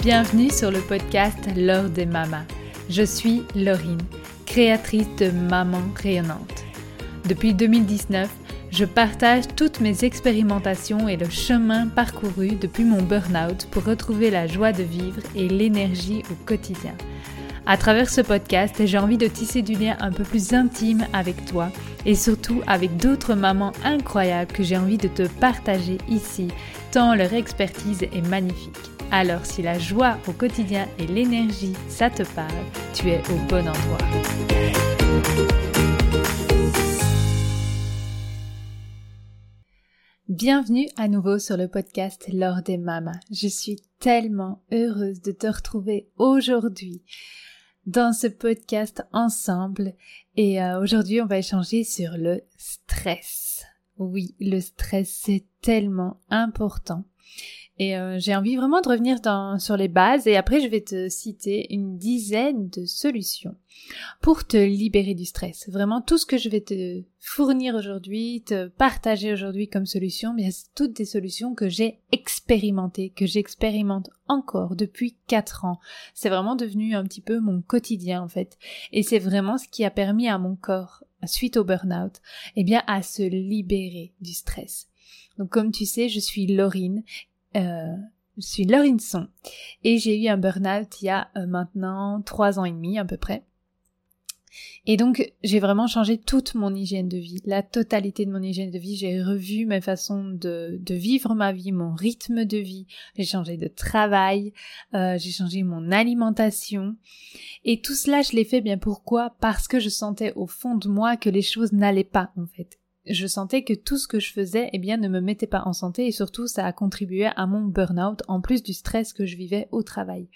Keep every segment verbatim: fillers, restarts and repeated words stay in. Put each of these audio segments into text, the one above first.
Bienvenue sur le podcast L'Or des Mamas. Je suis Laurine, créatrice de Maman Rayonnante. Depuis deux mille dix-neuf, je partage toutes mes expérimentations et le chemin parcouru depuis mon burn-out pour retrouver la joie de vivre et l'énergie au quotidien. À travers ce podcast, j'ai envie de tisser du lien un peu plus intime avec toi et surtout avec d'autres mamans incroyables que j'ai envie de te partager ici, tant leur expertise est magnifique. Alors si la joie au quotidien et l'énergie, ça te parle, tu es au bon endroit. Bienvenue à nouveau sur le podcast L'Or des Mamas. Je suis tellement heureuse de te retrouver aujourd'hui dans ce podcast ensemble et euh, aujourd'hui on va échanger sur le stress. Oui, le stress c'est tellement important et euh, j'ai envie vraiment de revenir dans, sur les bases et après je vais te citer une dizaine de solutions pour te libérer du stress. Vraiment tout ce que je vais te fournir aujourd'hui, te partager aujourd'hui comme solution, bien c'est toutes des solutions que j'ai expérimentées, que j'expérimente encore depuis quatre ans. C'est vraiment devenu un petit peu mon quotidien en fait. Et c'est vraiment ce qui a permis à mon corps, suite au burn-out, eh bien à se libérer du stress. Donc comme tu sais, je suis Laurine, euh, je suis Laurine Son et j'ai eu un burn-out il y a euh, maintenant trois ans et demi à peu près. Et donc, j'ai vraiment changé toute mon hygiène de vie, la totalité de mon hygiène de vie. J'ai revu mes façons de, de vivre ma vie, mon rythme de vie. J'ai changé de travail, euh, j'ai changé mon alimentation. Et tout cela, je l'ai fait bien pourquoi ? Parce que je sentais au fond de moi que les choses n'allaient pas, en fait. Je sentais que tout ce que je faisais, eh bien, ne me mettait pas en santé et surtout, ça a contribué à mon burn-out, en plus du stress que je vivais au travail.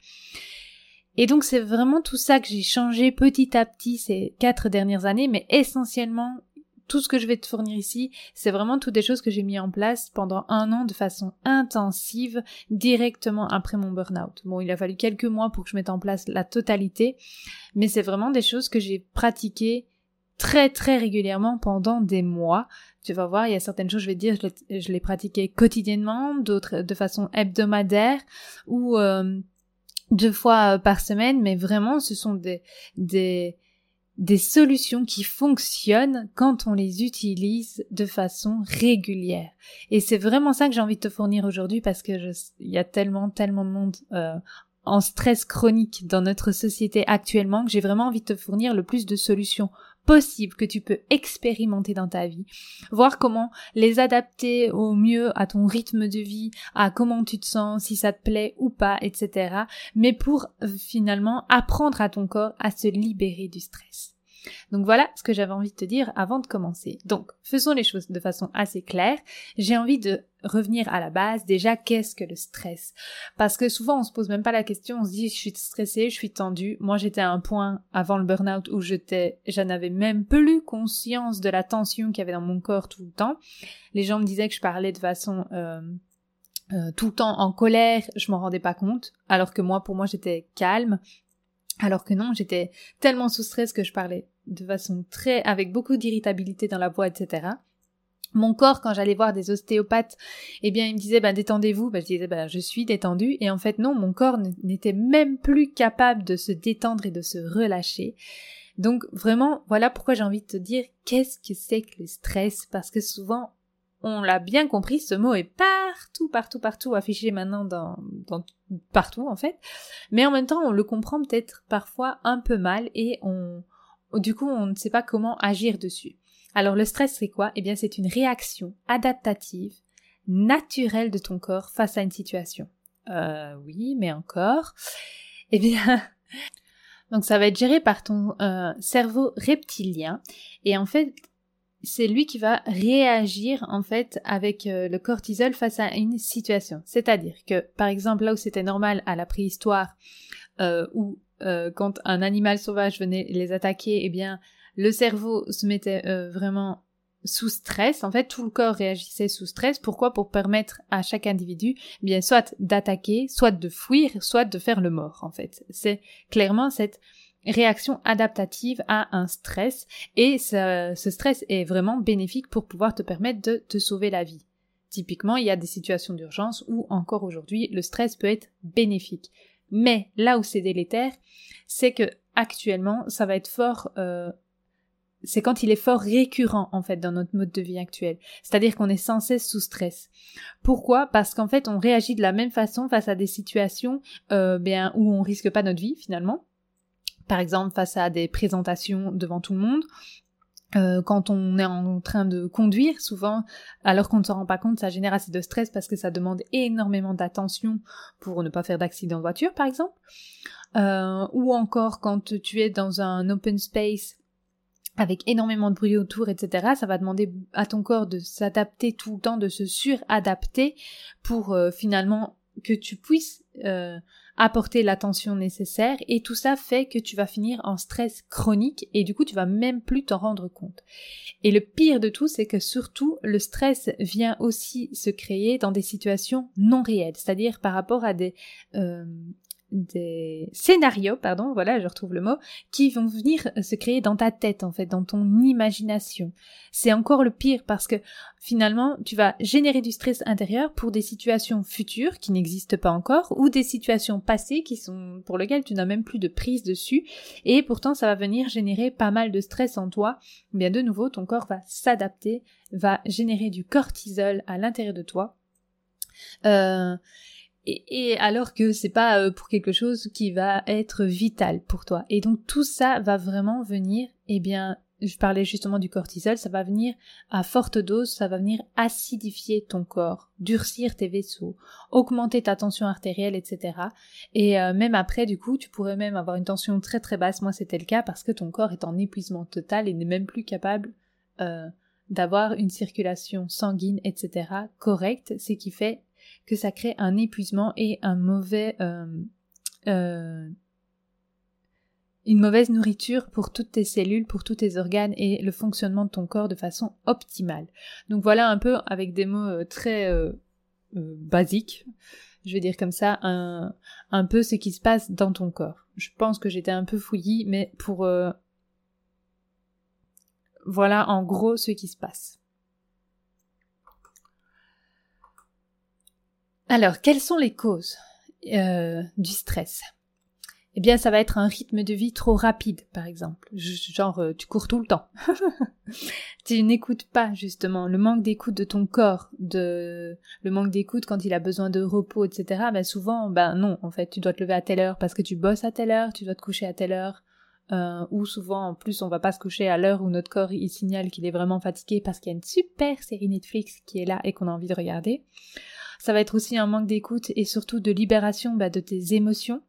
Et donc c'est vraiment tout ça que j'ai changé petit à petit ces quatre dernières années, mais essentiellement tout ce que je vais te fournir ici, c'est vraiment toutes des choses que j'ai mis en place pendant un an de façon intensive, directement après mon burn-out. Bon, il a fallu quelques mois pour que je mette en place la totalité, mais c'est vraiment des choses que j'ai pratiquées très très régulièrement pendant des mois. Tu vas voir, il y a certaines choses, je vais te dire, je les, je les pratiquais quotidiennement, d'autres de façon hebdomadaire, ou... Euh, deux fois par semaine, mais vraiment ce sont des des des solutions qui fonctionnent quand on les utilise de façon régulière. Et c'est vraiment ça que j'ai envie de te fournir aujourd'hui parce que je, il y a tellement tellement de monde euh, en stress chronique dans notre société actuellement que j'ai vraiment envie de te fournir le plus de solutions possibles que tu peux expérimenter dans ta vie, voir comment les adapter au mieux à ton rythme de vie, à comment tu te sens, si ça te plaît ou pas, et cetera. Mais pour euh, finalement apprendre à ton corps à se libérer du stress. Donc voilà ce que j'avais envie de te dire avant de commencer. Donc, faisons les choses de façon assez claire. J'ai envie de revenir à la base. Déjà, qu'est-ce que le stress ? Parce que souvent, on se pose même pas la question, on se dit, je suis stressée, je suis tendue. Moi, j'étais à un point avant le burn-out où j'étais, j'en avais même plus conscience de la tension qu'il y avait dans mon corps tout le temps. Les gens me disaient que je parlais de façon... Euh, euh, tout le temps en colère, je m'en rendais pas compte. Alors que moi, pour moi, j'étais calme. Alors que non, j'étais tellement sous stress que je parlais de façon très, avec beaucoup d'irritabilité dans la voix, et cetera. Mon corps, quand j'allais voir des ostéopathes, eh bien, il me disait, bah, détendez-vous. Bah, je disais, bah, je suis détendue. Et en fait, non, mon corps n'était même plus capable de se détendre et de se relâcher. Donc, vraiment, voilà pourquoi j'ai envie de te dire, qu'est-ce que c'est que le stress? Parce que souvent, on l'a bien compris, ce mot est partout, partout, partout affiché maintenant dans, dans partout en fait. Mais en même temps, on le comprend peut-être parfois un peu mal et on, du coup, on ne sait pas comment agir dessus. Alors le stress, c'est quoi ? Eh bien, c'est une réaction adaptative, naturelle de ton corps face à une situation. Euh, oui, mais encore. Eh bien, donc ça va être géré par ton euh, cerveau reptilien et en fait, c'est lui qui va réagir en fait avec euh, le cortisol face à une situation. C'est-à-dire que, par exemple, là où c'était normal à la préhistoire, euh, où euh, quand un animal sauvage venait les attaquer, eh bien, le cerveau se mettait euh, vraiment sous stress. En fait, tout le corps réagissait sous stress. Pourquoi ? Pour permettre à chaque individu, eh bien, soit d'attaquer, soit de fuir, soit de faire le mort, en fait. C'est clairement cette réaction adaptative à un stress et ce, ce stress est vraiment bénéfique pour pouvoir te permettre de te sauver la vie. Typiquement, il y a des situations d'urgence où encore aujourd'hui le stress peut être bénéfique. Mais là où c'est délétère, c'est que actuellement, ça va être fort... Euh, c'est quand il est fort récurrent, en fait, dans notre mode de vie actuel. C'est-à-dire qu'on est sans cesse sous stress. Pourquoi ? Parce qu'en fait, on réagit de la même façon face à des situations euh, bien, où on risque pas notre vie, finalement. Par exemple, face à des présentations devant tout le monde. Euh, quand on est en train de conduire, souvent, alors qu'on ne s'en rend pas compte, ça génère assez de stress parce que ça demande énormément d'attention pour ne pas faire d'accident de voiture, par exemple. Euh, ou encore quand tu es dans un open space avec énormément de bruit autour, et cetera, ça va demander à ton corps de s'adapter tout le temps, de se suradapter pour euh, finalement que tu puisses euh, apporter l'attention nécessaire, et tout ça fait que tu vas finir en stress chronique et du coup tu vas même plus t'en rendre compte. Et le pire de tout, c'est que surtout le stress vient aussi se créer dans des situations non réelles, c'est-à-dire par rapport à des... Euh, des scénarios, pardon, voilà, je retrouve le mot, qui vont venir se créer dans ta tête, en fait, dans ton imagination. C'est encore le pire parce que, finalement, tu vas générer du stress intérieur pour des situations futures qui n'existent pas encore, ou des situations passées qui sont, pour lesquelles tu n'as même plus de prise dessus, et pourtant ça va venir générer pas mal de stress en toi. Bien, de nouveau, ton corps va s'adapter, va générer du cortisol à l'intérieur de toi, euh, Et, et alors que c'est pas euh, pour quelque chose qui va être vital pour toi. Et donc tout ça va vraiment venir, eh bien, je parlais justement du cortisol, ça va venir à forte dose, ça va venir acidifier ton corps, durcir tes vaisseaux, augmenter ta tension artérielle, et cetera. Et euh, même après, du coup, tu pourrais même avoir une tension très très basse. Moi, c'était le cas parce que ton corps est en épuisement total et n'est même plus capable euh, d'avoir une circulation sanguine, et cetera correcte, ce qui fait que ça crée un épuisement et un mauvais, euh, euh, une mauvaise nourriture pour toutes tes cellules, pour tous tes organes et le fonctionnement de ton corps de façon optimale. Donc voilà un peu, avec des mots euh, très euh, euh, basiques, je vais dire comme ça, un, un peu ce qui se passe dans ton corps. Je pense que j'étais un peu fouillie, mais pour... Euh, voilà en gros ce qui se passe. Alors, quelles sont les causes euh, du stress ? Eh bien, ça va être un rythme de vie trop rapide, par exemple. Genre, euh, tu cours tout le temps. Tu n'écoutes pas, justement, le manque d'écoute de ton corps, de le manque d'écoute quand il a besoin de repos, et cetera. Ben souvent, ben non, en fait, tu dois te lever à telle heure parce que tu bosses à telle heure, tu dois te coucher à telle heure. Euh, ou souvent, en plus, on va pas se coucher à l'heure où notre corps il signale qu'il est vraiment fatigué parce qu'il y a une super série Netflix qui est là et qu'on a envie de regarder. Ça va être aussi un manque d'écoute et surtout de libération bah, de tes émotions.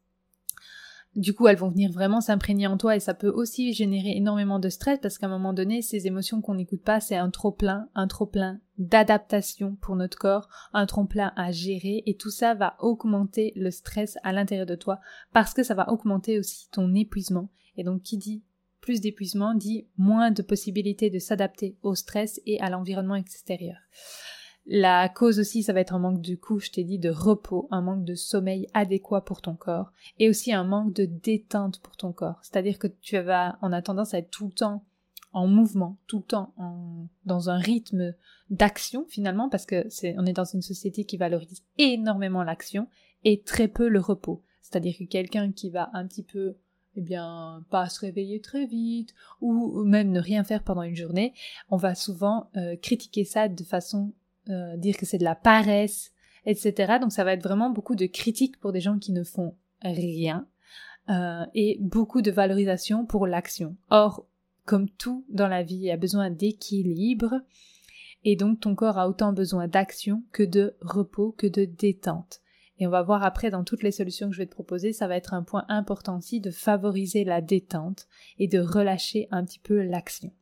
Du coup, elles vont venir vraiment s'imprégner en toi et ça peut aussi générer énormément de stress parce qu'à un moment donné, ces émotions qu'on n'écoute pas, c'est un trop-plein, un trop-plein d'adaptation pour notre corps, un trop-plein à gérer et tout ça va augmenter le stress à l'intérieur de toi parce que ça va augmenter aussi ton épuisement. Et donc, qui dit plus d'épuisement dit moins de possibilités de s'adapter au stress et à l'environnement extérieur. La cause aussi, ça va être un manque de coup, je t'ai dit, de repos, un manque de sommeil adéquat pour ton corps, et aussi un manque de détente pour ton corps. C'est-à-dire que tu vas, on a tendance à être tout le temps en mouvement, tout le temps en, dans un rythme d'action finalement, parce que c'est, on est dans une société qui valorise énormément l'action et très peu le repos. C'est-à-dire que quelqu'un qui va un petit peu, eh bien, pas se réveiller très vite, ou même ne rien faire pendant une journée, on va souvent euh, critiquer ça de façon Euh, dire que c'est de la paresse, et cetera. Donc ça va être vraiment beaucoup de critiques pour des gens qui ne font rien euh, et beaucoup de valorisation pour l'action. Or, comme tout dans la vie, il y a besoin d'équilibre et donc ton corps a autant besoin d'action que de repos, que de détente. Et on va voir après dans toutes les solutions que je vais te proposer, ça va être un point important aussi de favoriser la détente et de relâcher un petit peu l'action.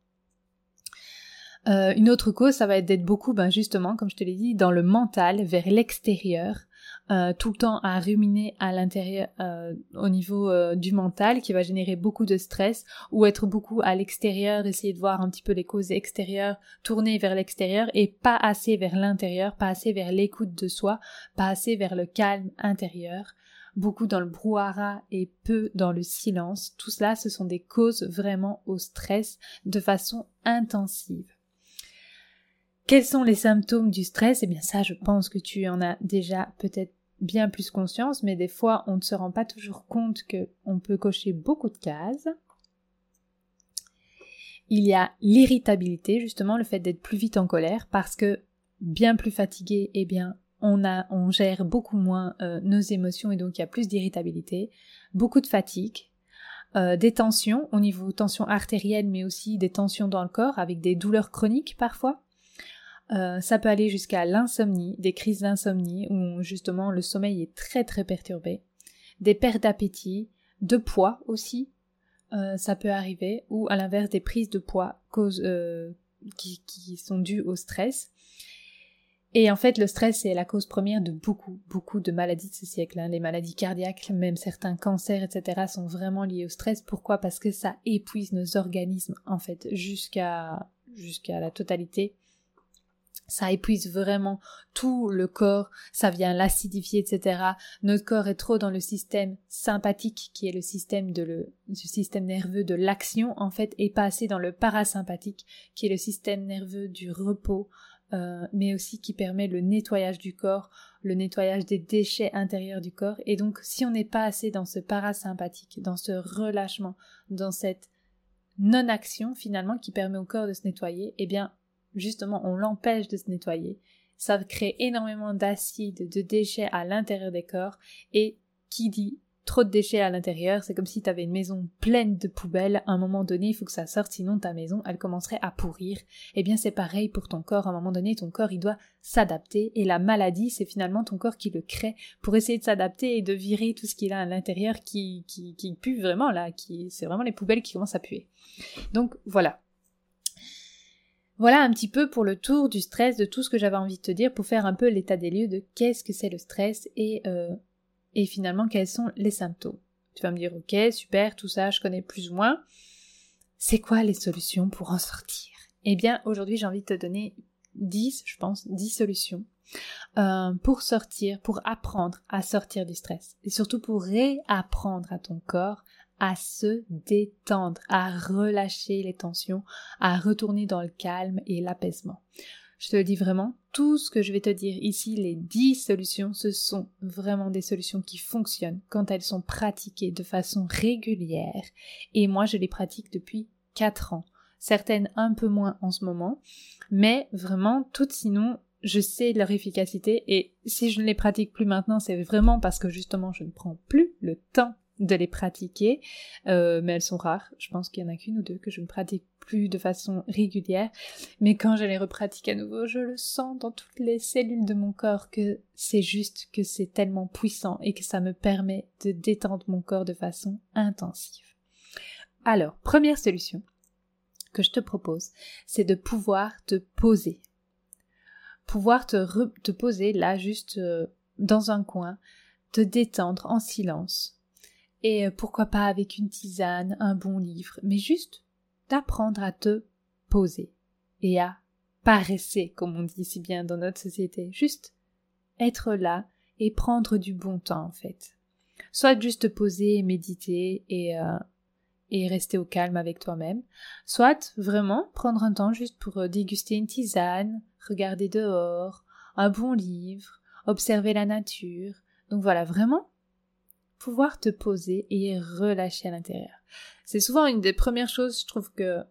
Euh, une autre cause, ça va être d'être beaucoup, ben justement, comme je te l'ai dit, dans le mental, vers l'extérieur, euh, tout le temps à ruminer à l'intérieur, euh, au niveau euh, du mental, qui va générer beaucoup de stress, ou être beaucoup à l'extérieur, essayer de voir un petit peu les causes extérieures, tourner vers l'extérieur, et pas assez vers l'intérieur, pas assez vers l'écoute de soi, pas assez vers le calme intérieur. Beaucoup dans le brouhaha et peu dans le silence. Tout cela, ce sont des causes vraiment au stress de façon intensive. Quels sont les symptômes du stress ? Eh bien ça, je pense que tu en as déjà peut-être bien plus conscience, mais des fois on ne se rend pas toujours compte qu'on peut cocher beaucoup de cases. Il y a l'irritabilité, justement le fait d'être plus vite en colère, parce que bien plus fatigué, eh bien on, a, on gère beaucoup moins euh, nos émotions et donc il y a plus d'irritabilité, beaucoup de fatigue, euh, des tensions au niveau tension artérielle mais aussi des tensions dans le corps avec des douleurs chroniques parfois. Euh, ça peut aller jusqu'à l'insomnie, des crises d'insomnie où justement le sommeil est très très perturbé, des pertes d'appétit, de poids aussi, euh, ça peut arriver, ou à l'inverse des prises de poids cause, euh, qui, qui sont dues au stress. Et en fait le stress est la cause première de beaucoup beaucoup de maladies de ce siècle, hein. Les maladies cardiaques, même certains cancers, et cetera sont vraiment liés au stress. Pourquoi ? Parce que ça épuise nos organismes en fait jusqu'à, jusqu'à la totalité. Ça épuise vraiment tout le corps, ça vient l'acidifier, et cetera. Notre corps est trop dans le système sympathique, qui est le système de le, le système nerveux de l'action, en fait, et pas assez dans le parasympathique, qui est le système nerveux du repos, euh, mais aussi qui permet le nettoyage du corps, le nettoyage des déchets intérieurs du corps. Et donc, si on n'est pas assez dans ce parasympathique, dans ce relâchement, dans cette non-action, finalement, qui permet au corps de se nettoyer, eh bien, justement, on l'empêche de se nettoyer. Ça crée énormément d'acide, de déchets à l'intérieur des corps. Et qui dit trop de déchets à l'intérieur, c'est comme si tu avais une maison pleine de poubelles. À un moment donné, il faut que ça sorte, sinon ta maison, elle commencerait à pourrir. Eh bien, c'est pareil pour ton corps. À un moment donné, ton corps, il doit s'adapter. Et la maladie, c'est finalement ton corps qui le crée pour essayer de s'adapter et de virer tout ce qu'il a à l'intérieur qui, qui, qui pue vraiment, là. Qui, c'est vraiment les poubelles qui commencent à puer. Donc, voilà. Voilà un petit peu pour le tour du stress, de tout ce que j'avais envie de te dire pour faire un peu l'état des lieux de qu'est-ce que c'est le stress et, euh, et finalement quels sont les symptômes. Tu vas me dire ok, super, tout ça je connais plus ou moins. C'est quoi les solutions pour en sortir ? Eh bien aujourd'hui j'ai envie de te donner dix, je pense, dix solutions euh, pour sortir, pour apprendre à sortir du stress et surtout pour réapprendre à ton corps à se détendre, à relâcher les tensions, à retourner dans le calme et l'apaisement. Je te le dis vraiment, tout ce que je vais te dire ici, les dix solutions, ce sont vraiment des solutions qui fonctionnent quand elles sont pratiquées de façon régulière. Et moi, je les pratique depuis quatre ans. Certaines un peu moins en ce moment, mais vraiment toutes sinon, je sais leur efficacité et si je ne les pratique plus maintenant, c'est vraiment parce que justement, je ne prends plus le temps de les pratiquer, euh, mais elles sont rares. Je pense qu'il y en a qu'une ou deux que je ne pratique plus de façon régulière, mais quand je les repratique à nouveau, je le sens dans toutes les cellules de mon corps que c'est juste, que c'est tellement puissant et que ça me permet de détendre mon corps de façon intensive. Alors, première solution que je te propose, c'est de pouvoir te poser. Pouvoir te, re- te poser là, juste euh, dans un coin, te détendre en silence. Et pourquoi pas avec une tisane, un bon livre, mais juste d'apprendre à te poser et à paresser, comme on dit si bien dans notre société. Juste être là et prendre du bon temps en fait. Soit juste te poser et méditer et, euh, et rester au calme avec toi-même, soit vraiment prendre un temps juste pour déguster une tisane, regarder dehors, un bon livre, observer la nature. Donc voilà, vraiment pouvoir te poser et relâcher à l'intérieur. C'est souvent une des premières choses, je trouve que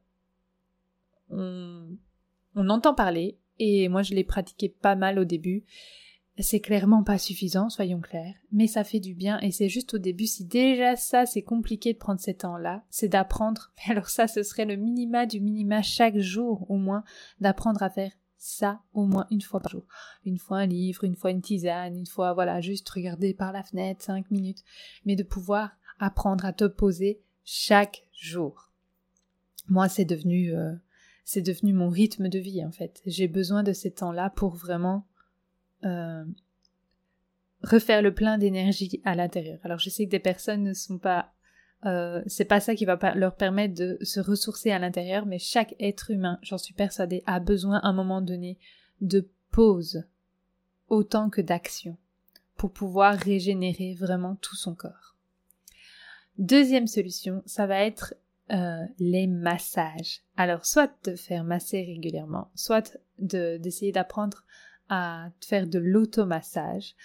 on, on entend parler, et moi je l'ai pratiqué pas mal au début. C'est clairement pas suffisant, soyons clairs, mais ça fait du bien, et c'est juste au début, si déjà ça c'est compliqué de prendre ces temps-là, c'est d'apprendre, mais alors ça ce serait le minima du minima chaque jour au moins, d'apprendre à faire ça au moins une fois par jour. Une fois un livre, une fois une tisane, une fois, voilà, juste regarder par la fenêtre cinq minutes. Mais de pouvoir apprendre à te poser chaque jour. Moi, c'est devenu, euh, c'est devenu mon rythme de vie, en fait. J'ai besoin de ces temps-là pour vraiment euh, refaire le plein d'énergie à l'intérieur. Alors, je sais que des personnes ne sont pas... Euh, c'est pas ça qui va leur permettre de se ressourcer à l'intérieur, mais chaque être humain, j'en suis persuadée, a besoin à un moment donné de pause autant que d'action pour pouvoir régénérer vraiment tout son corps. Deuxième solution, ça va être euh, les massages. Alors soit te faire masser régulièrement, soit de, d'essayer d'apprendre à faire de l'automassage.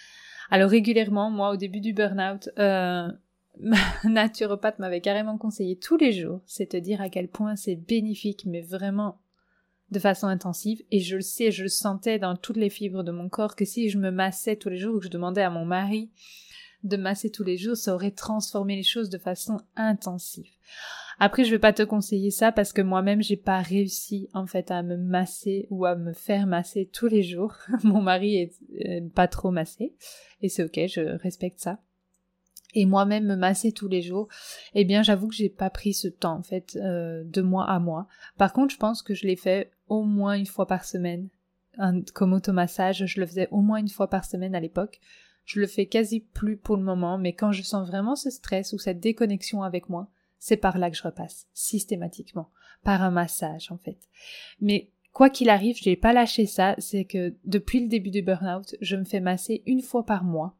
Alors régulièrement, moi au début du burn-out, euh, ma naturopathe m'avait carrément conseillé tous les jours, c'est te dire à quel point c'est bénéfique, mais vraiment de façon intensive, et je le sais, je le sentais dans toutes les fibres de mon corps, que si je me massais tous les jours, ou que je demandais à mon mari de masser tous les jours, ça aurait transformé les choses de façon intensive. Après, je vais pas te conseiller ça parce que moi-même, j'ai pas réussi, en fait, à me masser ou à me faire masser tous les jours. Mon mari est euh, pas trop massé, et c'est ok, je respecte ça. Et moi-même me masser tous les jours, eh bien, j'avoue que j'ai pas pris ce temps, en fait, euh, de mois à mois. Par contre, je pense que je l'ai fait au moins une fois par semaine. Un, comme automassage, je le faisais au moins une fois par semaine à l'époque. Je le fais quasi plus pour le moment, mais quand je sens vraiment ce stress ou cette déconnexion avec moi, c'est par là que je repasse, systématiquement, par un massage en fait. Mais quoi qu'il arrive, je n'ai pas lâché ça, c'est que depuis le début du burn-out, je me fais masser une fois par mois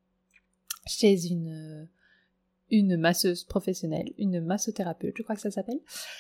chez une, une masseuse professionnelle, une massothérapeute, je crois que ça s'appelle.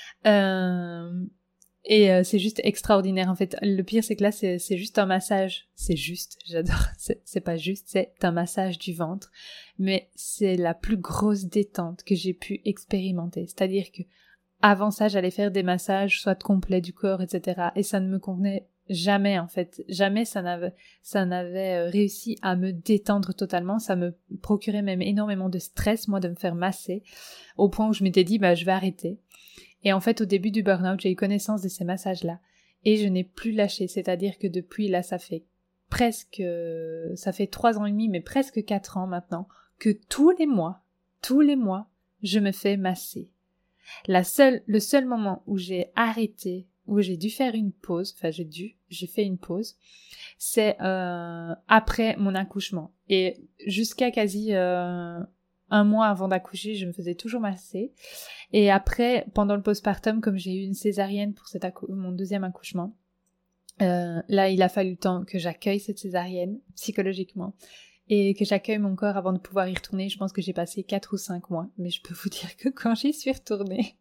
Euh, et euh, c'est juste extraordinaire en fait. Le pire c'est que là c'est, c'est juste un massage, c'est juste, j'adore, c'est, c'est pas juste, c'est un massage du ventre, mais c'est la plus grosse détente que j'ai pu expérimenter. C'est-à-dire que avant ça j'allais faire des massages soit complets du corps, et cetera. Et ça ne me convenait jamais en fait, jamais ça n'avait, ça n'avait réussi à me détendre totalement. Ça me procurait même énormément de stress moi de me faire masser, au point où je m'étais dit bah je vais arrêter. Et en fait, au début du burn-out, j'ai eu connaissance de ces massages-là. Et je n'ai plus lâché. C'est-à-dire que depuis, là, ça fait presque... Ça fait trois ans et demi, mais presque quatre ans maintenant, que tous les mois, tous les mois, je me fais masser. La seule, le seul moment où j'ai arrêté, où j'ai dû faire une pause, enfin j'ai dû, j'ai fait une pause, c'est euh, après mon accouchement. Et jusqu'à quasi... Euh, un mois avant d'accoucher, je me faisais toujours masser. Et après, pendant le postpartum, comme j'ai eu une césarienne pour cet accou- mon deuxième accouchement, euh, là, il a fallu le temps que j'accueille cette césarienne, psychologiquement, et que j'accueille mon corps avant de pouvoir y retourner. Je pense que j'ai passé quatre ou cinq mois. Mais je peux vous dire que quand j'y suis retournée,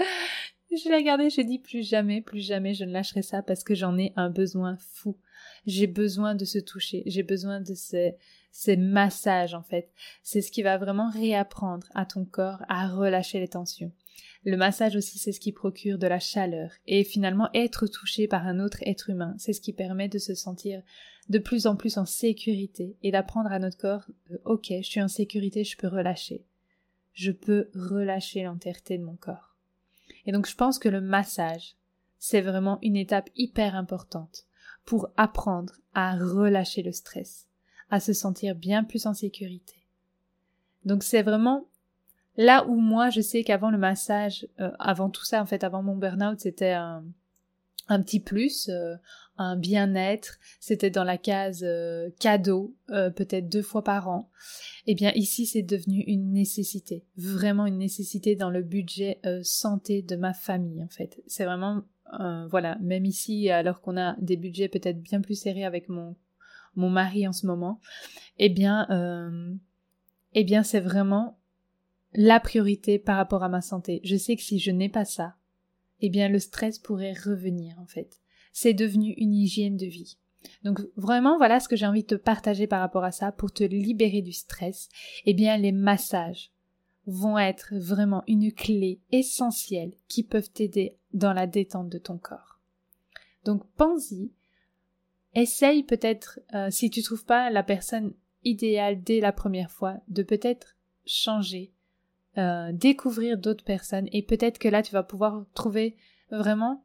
je l'ai gardé, j'ai dit plus jamais, plus jamais je ne lâcherai ça parce que j'en ai un besoin fou. J'ai besoin de se toucher, j'ai besoin de ces, ces massages en fait. C'est ce qui va vraiment réapprendre à ton corps à relâcher les tensions. Le massage aussi, c'est ce qui procure de la chaleur. Et finalement, être touché par un autre être humain, c'est ce qui permet de se sentir de plus en plus en sécurité et d'apprendre à notre corps, euh, ok, je suis en sécurité, je peux relâcher. Je peux relâcher l'entièreté de mon corps. Et donc, je pense que le massage, c'est vraiment une étape hyper importante pour apprendre à relâcher le stress, à se sentir bien plus en sécurité. Donc, c'est vraiment là où moi, je sais qu'avant le massage, euh, avant tout ça, en fait, avant mon burn-out, c'était un, un petit plus, euh, un bien-être, c'était dans la case euh, cadeau, euh, peut-être deux fois par an. Eh bien ici c'est devenu une nécessité, vraiment une nécessité dans le budget euh, santé de ma famille en fait. C'est vraiment, euh, voilà, même ici alors qu'on a des budgets peut-être bien plus serrés avec mon, mon mari en ce moment, eh bien, euh, eh bien c'est vraiment la priorité par rapport à ma santé. Je sais que si je n'ai pas ça, eh bien le stress pourrait revenir en fait. C'est devenu une hygiène de vie. Donc vraiment voilà ce que j'ai envie de te partager par rapport à ça pour te libérer du stress. Eh bien les massages vont être vraiment une clé essentielle qui peuvent t'aider dans la détente de ton corps. Donc pense-y, essaye peut-être, euh, si tu trouves pas la personne idéale dès la première fois, de peut-être changer, euh, découvrir d'autres personnes et peut-être que là tu vas pouvoir trouver vraiment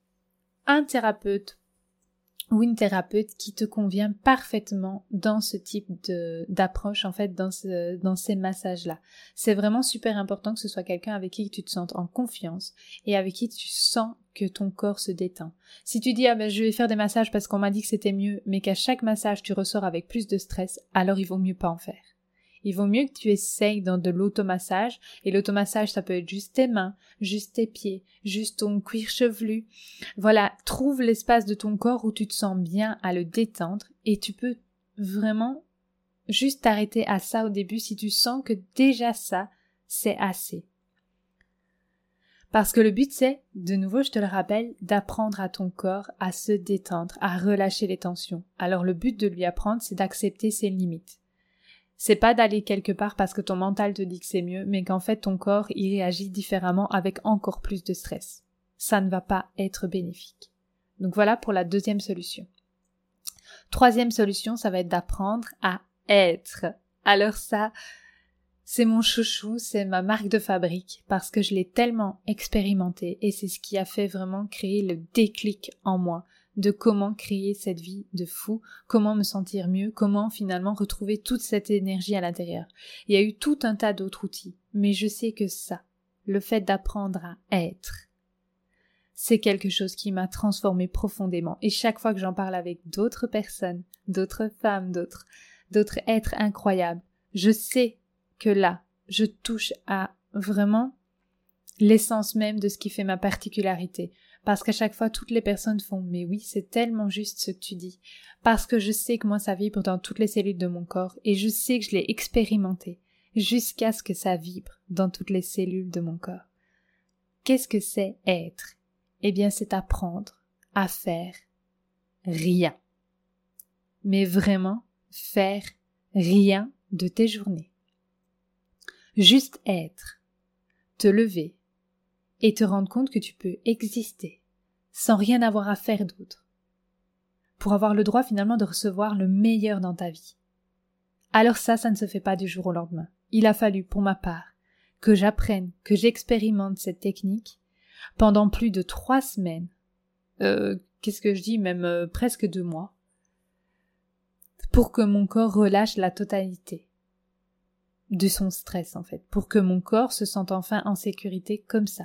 un thérapeute ou une thérapeute qui te convient parfaitement dans ce type de, d'approche, en fait, dans, ce, dans ces massages-là. C'est vraiment super important que ce soit quelqu'un avec qui tu te sentes en confiance et avec qui tu sens que ton corps se détend. Si tu dis, ah ben je vais faire des massages parce qu'on m'a dit que c'était mieux, mais qu'à chaque massage tu ressors avec plus de stress, alors il vaut mieux pas en faire. Il vaut mieux que tu essayes dans de l'automassage, et l'automassage ça peut être juste tes mains, juste tes pieds, juste ton cuir chevelu. Voilà, trouve l'espace de ton corps où tu te sens bien à le détendre, et tu peux vraiment juste t'arrêter à ça au début si tu sens que déjà ça, c'est assez. Parce que le but c'est, de nouveau je te le rappelle, d'apprendre à ton corps à se détendre, à relâcher les tensions. Alors le but de lui apprendre c'est d'accepter ses limites. C'est pas d'aller quelque part parce que ton mental te dit que c'est mieux, mais qu'en fait ton corps y réagit différemment avec encore plus de stress. Ça ne va pas être bénéfique. Donc voilà pour la deuxième solution. Troisième solution, ça va être d'apprendre à être. Alors ça, c'est mon chouchou, c'est ma marque de fabrique parce que je l'ai tellement expérimenté et c'est ce qui a fait vraiment créer le déclic en moi de comment créer cette vie de fou, comment me sentir mieux, comment finalement retrouver toute cette énergie à l'intérieur. Il y a eu tout un tas d'autres outils, mais je sais que ça, le fait d'apprendre à être, c'est quelque chose qui m'a transformée profondément. Et chaque fois que j'en parle avec d'autres personnes, d'autres femmes, d'autres, d'autres êtres incroyables, je sais que là, je touche à vraiment l'essence même de ce qui fait ma particularité. Parce qu'à chaque fois, toutes les personnes font « mais oui, c'est tellement juste ce que tu dis ». Parce que je sais que moi, ça vibre dans toutes les cellules de mon corps et je sais que je l'ai expérimenté jusqu'à ce que ça vibre dans toutes les cellules de mon corps. Qu'est-ce que c'est être ? Eh bien, c'est apprendre à faire rien. Mais vraiment, faire rien de tes journées. Juste être, te lever et te rendre compte que tu peux exister sans rien avoir à faire d'autre, pour avoir le droit finalement de recevoir le meilleur dans ta vie. Alors ça, ça ne se fait pas du jour au lendemain. Il a fallu, pour ma part, que j'apprenne, que j'expérimente cette technique pendant plus de trois semaines, euh, qu'est-ce que je dis, même euh, presque deux mois, pour que mon corps relâche la totalité de son stress en fait, pour que mon corps se sente enfin en sécurité comme ça.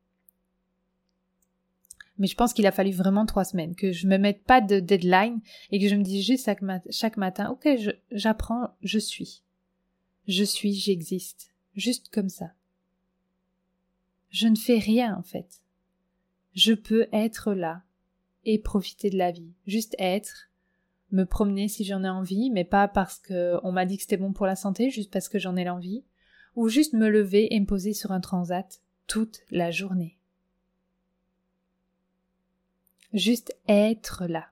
Mais je pense qu'il a fallu vraiment trois semaines, que je me mette pas de deadline et que je me dise juste chaque, mat- chaque matin, ok, je, j'apprends, je suis. Je suis, j'existe. Juste comme ça. Je ne fais rien en fait. Je peux être là et profiter de la vie. Juste être, me promener si j'en ai envie, mais pas parce qu'on m'a dit que c'était bon pour la santé, juste parce que j'en ai l'envie, ou juste me lever et me poser sur un transat toute la journée. Juste être là.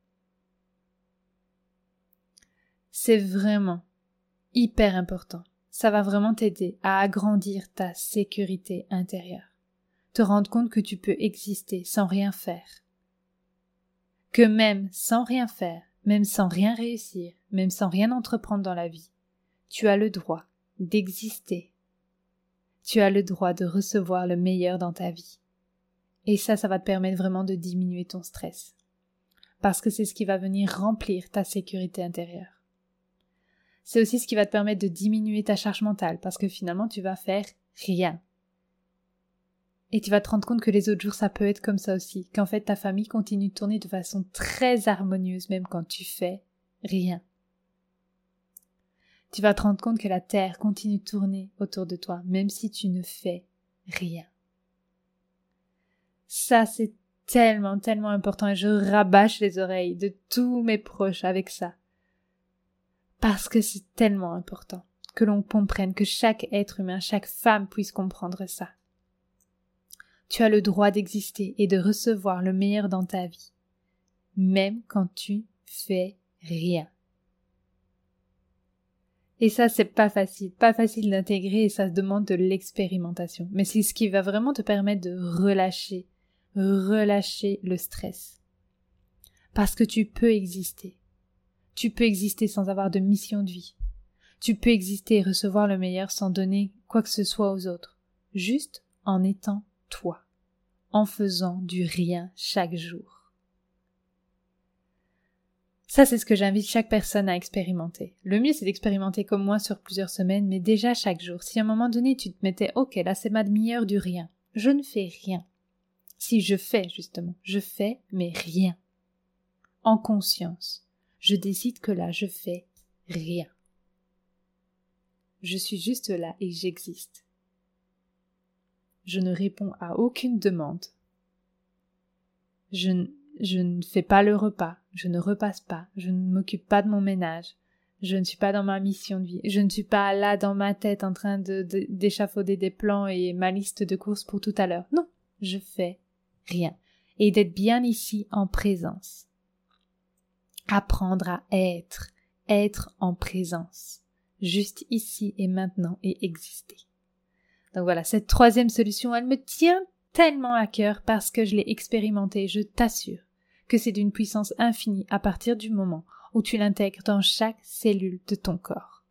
C'est vraiment hyper important. Ça va vraiment t'aider à agrandir ta sécurité intérieure. Te rendre compte que tu peux exister sans rien faire. Que même sans rien faire, même sans rien réussir, même sans rien entreprendre dans la vie, tu as le droit d'exister. Tu as le droit de recevoir le meilleur dans ta vie. Et ça, ça va te permettre vraiment de diminuer ton stress. Parce que c'est ce qui va venir remplir ta sécurité intérieure. C'est aussi ce qui va te permettre de diminuer ta charge mentale, parce que finalement, tu vas faire rien. Et tu vas te rendre compte que les autres jours, ça peut être comme ça aussi, qu'en fait, ta famille continue de tourner de façon très harmonieuse, même quand tu fais rien. Tu vas te rendre compte que la Terre continue de tourner autour de toi, même si tu ne fais rien. Ça, c'est tellement, tellement important et je rabâche les oreilles de tous mes proches avec ça. Parce que c'est tellement important que l'on comprenne, que chaque être humain, chaque femme puisse comprendre ça. Tu as le droit d'exister et de recevoir le meilleur dans ta vie, même quand tu fais rien. Et ça, c'est pas facile, pas facile d'intégrer et ça demande de l'expérimentation. Mais c'est ce qui va vraiment te permettre de relâcher, relâcher le stress. Parce que tu peux exister. Tu peux exister sans avoir de mission de vie. Tu peux exister et recevoir le meilleur sans donner quoi que ce soit aux autres. Juste en étant toi. En faisant du rien chaque jour. Ça, c'est ce que j'invite chaque personne à expérimenter. Le mieux, c'est d'expérimenter comme moi sur plusieurs semaines, mais déjà chaque jour. Si à un moment donné, tu te mettais « Ok, là, c'est ma demi-heure du rien. Je ne fais rien. » Si je fais, justement. Je fais, mais rien. En conscience. Je décide que là, je fais rien. Je suis juste là et j'existe. Je ne réponds à aucune demande. Je, n- je ne fais pas le repas. Je ne repasse pas. Je ne m'occupe pas de mon ménage. Je ne suis pas dans ma mission de vie. Je ne suis pas là dans ma tête en train de, de, d'échafauder des plans et ma liste de courses pour tout à l'heure. Non, je fais rien. Et d'être bien ici en présence. Apprendre à être. Être en présence. juste ici et maintenant et exister. Donc voilà, cette troisième solution, elle me tient tellement à cœur parce que je l'ai expérimentée, je t'assure que c'est d'une puissance infinie à partir du moment où tu l'intègres dans chaque cellule de ton corps.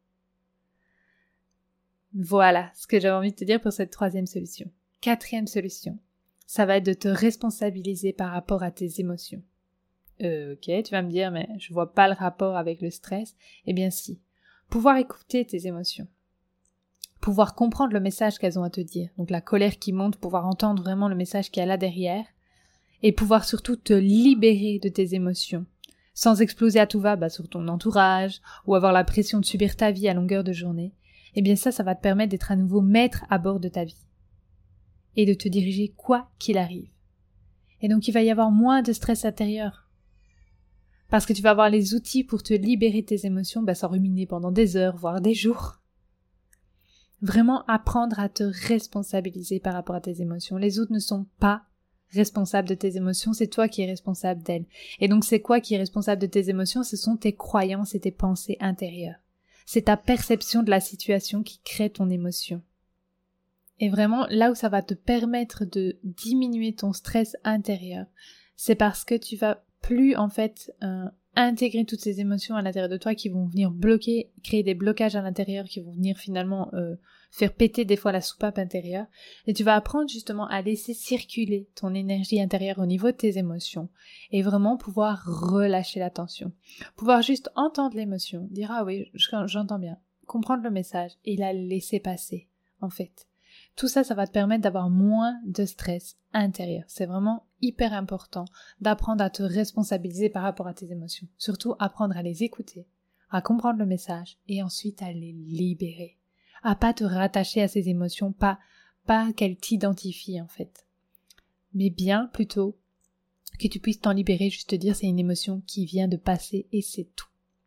Voilà ce que j'avais envie de te dire pour cette troisième solution. Quatrième solution, ça va être de te responsabiliser par rapport à tes émotions. Euh, ok, tu vas me dire, mais je vois pas le rapport avec le stress. Eh bien si, pouvoir écouter tes émotions, pouvoir comprendre le message qu'elles ont à te dire, donc la colère qui monte, pouvoir entendre vraiment le message qu'il y a là derrière, et pouvoir surtout te libérer de tes émotions, sans exploser à tout va bah, sur ton entourage, ou avoir la pression de subir ta vie à longueur de journée, eh bien ça, ça va te permettre d'être à nouveau maître à bord de ta vie, et de te diriger quoi qu'il arrive. Et donc il va y avoir moins de stress intérieur, parce que tu vas avoir les outils pour te libérer de tes émotions, bah, sans ruminer pendant des heures, voire des jours. Vraiment apprendre à te responsabiliser par rapport à tes émotions. Les autres ne sont pas responsables de tes émotions, c'est toi qui es responsable d'elles. Et donc c'est quoi qui est responsable de tes émotions? Ce sont tes croyances et tes pensées intérieures. C'est ta perception de la situation qui crée ton émotion. Et vraiment, là où ça va te permettre de diminuer ton stress intérieur, c'est parce que tu vas plus en fait euh, intégrer toutes ces émotions à l'intérieur de toi qui vont venir bloquer, créer des blocages à l'intérieur, qui vont venir finalement euh, faire péter des fois la soupape intérieure. Et tu vas apprendre justement à laisser circuler ton énergie intérieure au niveau de tes émotions et vraiment pouvoir relâcher la tension. Pouvoir juste entendre l'émotion, dire « Ah oui, j'entends bien », comprendre le message et la laisser passer en fait. Tout ça, ça va te permettre d'avoir moins de stress intérieur. C'est vraiment hyper important d'apprendre à te responsabiliser par rapport à tes émotions. Surtout, apprendre à les écouter, à comprendre le message et ensuite à les libérer. À pas te rattacher à ces émotions, pas, pas qu'elles t'identifient en fait. Mais bien plutôt que tu puisses t'en libérer, juste te dire c'est une émotion qui vient de passer et c'est tout.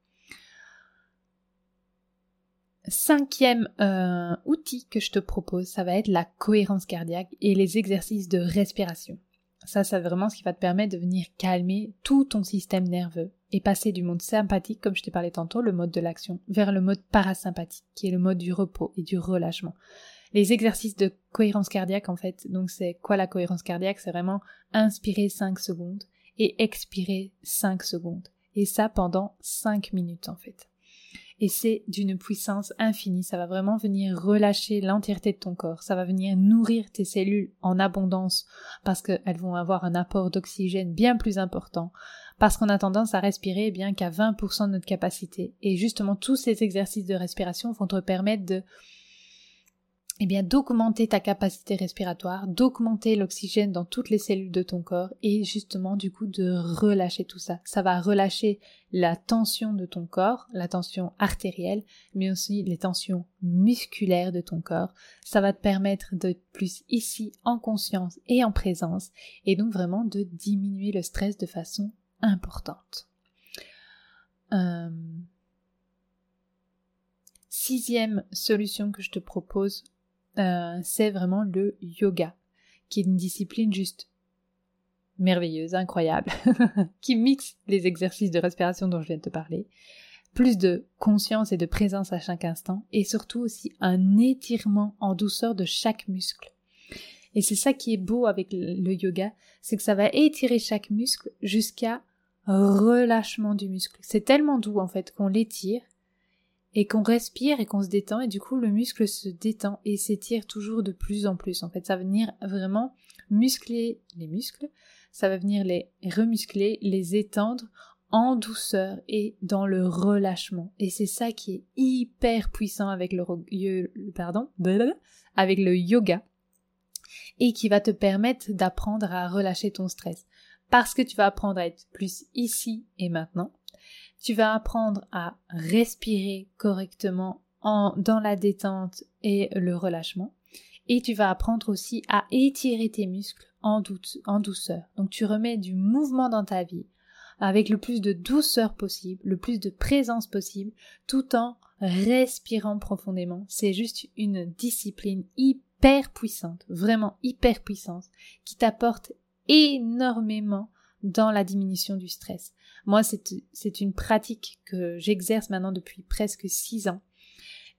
Cinquième euh, outil que je te propose, ça va être la cohérence cardiaque et les exercices de respiration. Ça, c'est vraiment ce qui va te permettre de venir calmer tout ton système nerveux et passer du mode sympathique, comme je t'ai parlé tantôt, le mode de l'action, vers le mode parasympathique, qui est le mode du repos et du relâchement. Les exercices de cohérence cardiaque, en fait, donc c'est quoi la cohérence cardiaque? C'est vraiment inspirer cinq secondes et expirer cinq secondes. Et ça pendant cinq minutes, en fait. Et c'est d'une puissance infinie, ça va vraiment venir relâcher l'entièreté de ton corps, ça va venir nourrir tes cellules en abondance parce qu'elles vont avoir un apport d'oxygène bien plus important, parce qu'on a tendance à respirer bien qu'à vingt pour cent de notre capacité. Et justement, tous ces exercices de respiration vont te permettre de eh bien, d'augmenter ta capacité respiratoire, d'augmenter l'oxygène dans toutes les cellules de ton corps et justement du coup de relâcher tout ça. Ça va relâcher la tension de ton corps, la tension artérielle, mais aussi les tensions musculaires de ton corps. Ça va te permettre d'être plus ici en conscience et en présence et donc vraiment de diminuer le stress de façon importante. Euh... Sixième solution que je te propose, Euh, c'est vraiment le yoga, qui est une discipline juste merveilleuse, incroyable, qui mixe les exercices de respiration dont je viens de te parler, plus de conscience et de présence à chaque instant, et surtout aussi un étirement en douceur de chaque muscle. Et c'est ça qui est beau avec le yoga, c'est que ça va étirer chaque muscle jusqu'à relâchement du muscle. C'est tellement doux en fait qu'on l'étire, et qu'on respire et qu'on se détend et du coup le muscle se détend et s'étire toujours de plus en plus. En fait, ça va venir vraiment muscler les muscles, ça va venir les remuscler, les étendre en douceur et dans le relâchement. Et c'est ça qui est hyper puissant avec le, pardon, avec le yoga et qui va te permettre d'apprendre à relâcher ton stress. Parce que tu vas apprendre à être plus ici et maintenant. Tu vas apprendre à respirer correctement en, dans la détente et le relâchement. Et tu vas apprendre aussi à étirer tes muscles en, doute, en douceur. Donc tu remets du mouvement dans ta vie avec le plus de douceur possible, le plus de présence possible, tout en respirant profondément. C'est juste une discipline hyper puissante, vraiment hyper puissante, qui t'apporte énormément dans la diminution du stress. Moi, c'est, c'est une pratique que j'exerce maintenant depuis presque six ans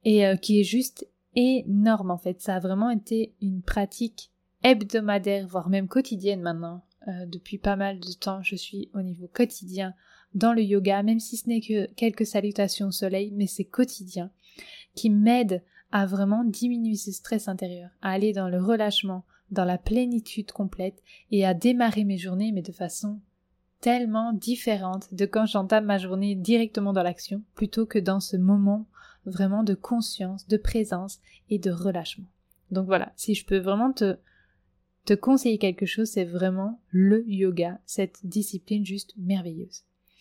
et euh, qui est juste énorme en fait. Ça a vraiment été une pratique hebdomadaire, voire même quotidienne maintenant. Euh, depuis pas mal de temps, je suis au niveau quotidien dans le yoga, même si ce n'est que quelques salutations au soleil, mais c'est quotidien, qui m'aide à vraiment diminuer ce stress intérieur, à aller dans le relâchement, dans la plénitude complète et à démarrer mes journées, mais de façon tellement différente de quand j'entame ma journée directement dans l'action, plutôt que dans ce moment vraiment de conscience, de présence et de relâchement. Donc voilà, si je peux vraiment te, te conseiller quelque chose, c'est vraiment le yoga, cette discipline juste merveilleuse.